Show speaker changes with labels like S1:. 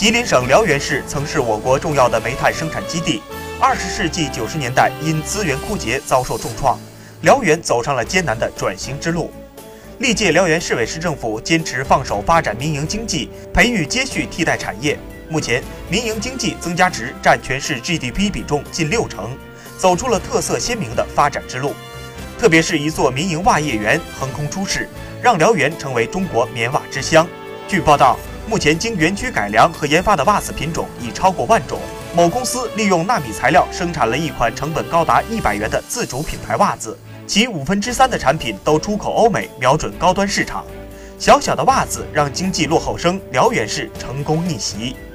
S1: 吉林省辽源市曾是我国重要的煤炭生产基地。20世纪90年代因资源枯竭遭受重创，辽源走上了艰难的转型之路。历届辽源市委市政府坚持放手发展民营经济，培育接续替代产业。目前，民营经济增加值占全市 GDP 比重近60%，走出了特色鲜明的发展之路。特别是一座民营袜业园横空出世，让辽源成为中国棉袜之乡。据报道，目前经园区改良和研发的袜子品种已超过1万种。某公司利用纳米材料生产了一款成本高达100元的自主品牌袜子，其3%的产品都出口欧美，瞄准高端市场。小小的袜子让经济落后生辽源市成功逆袭。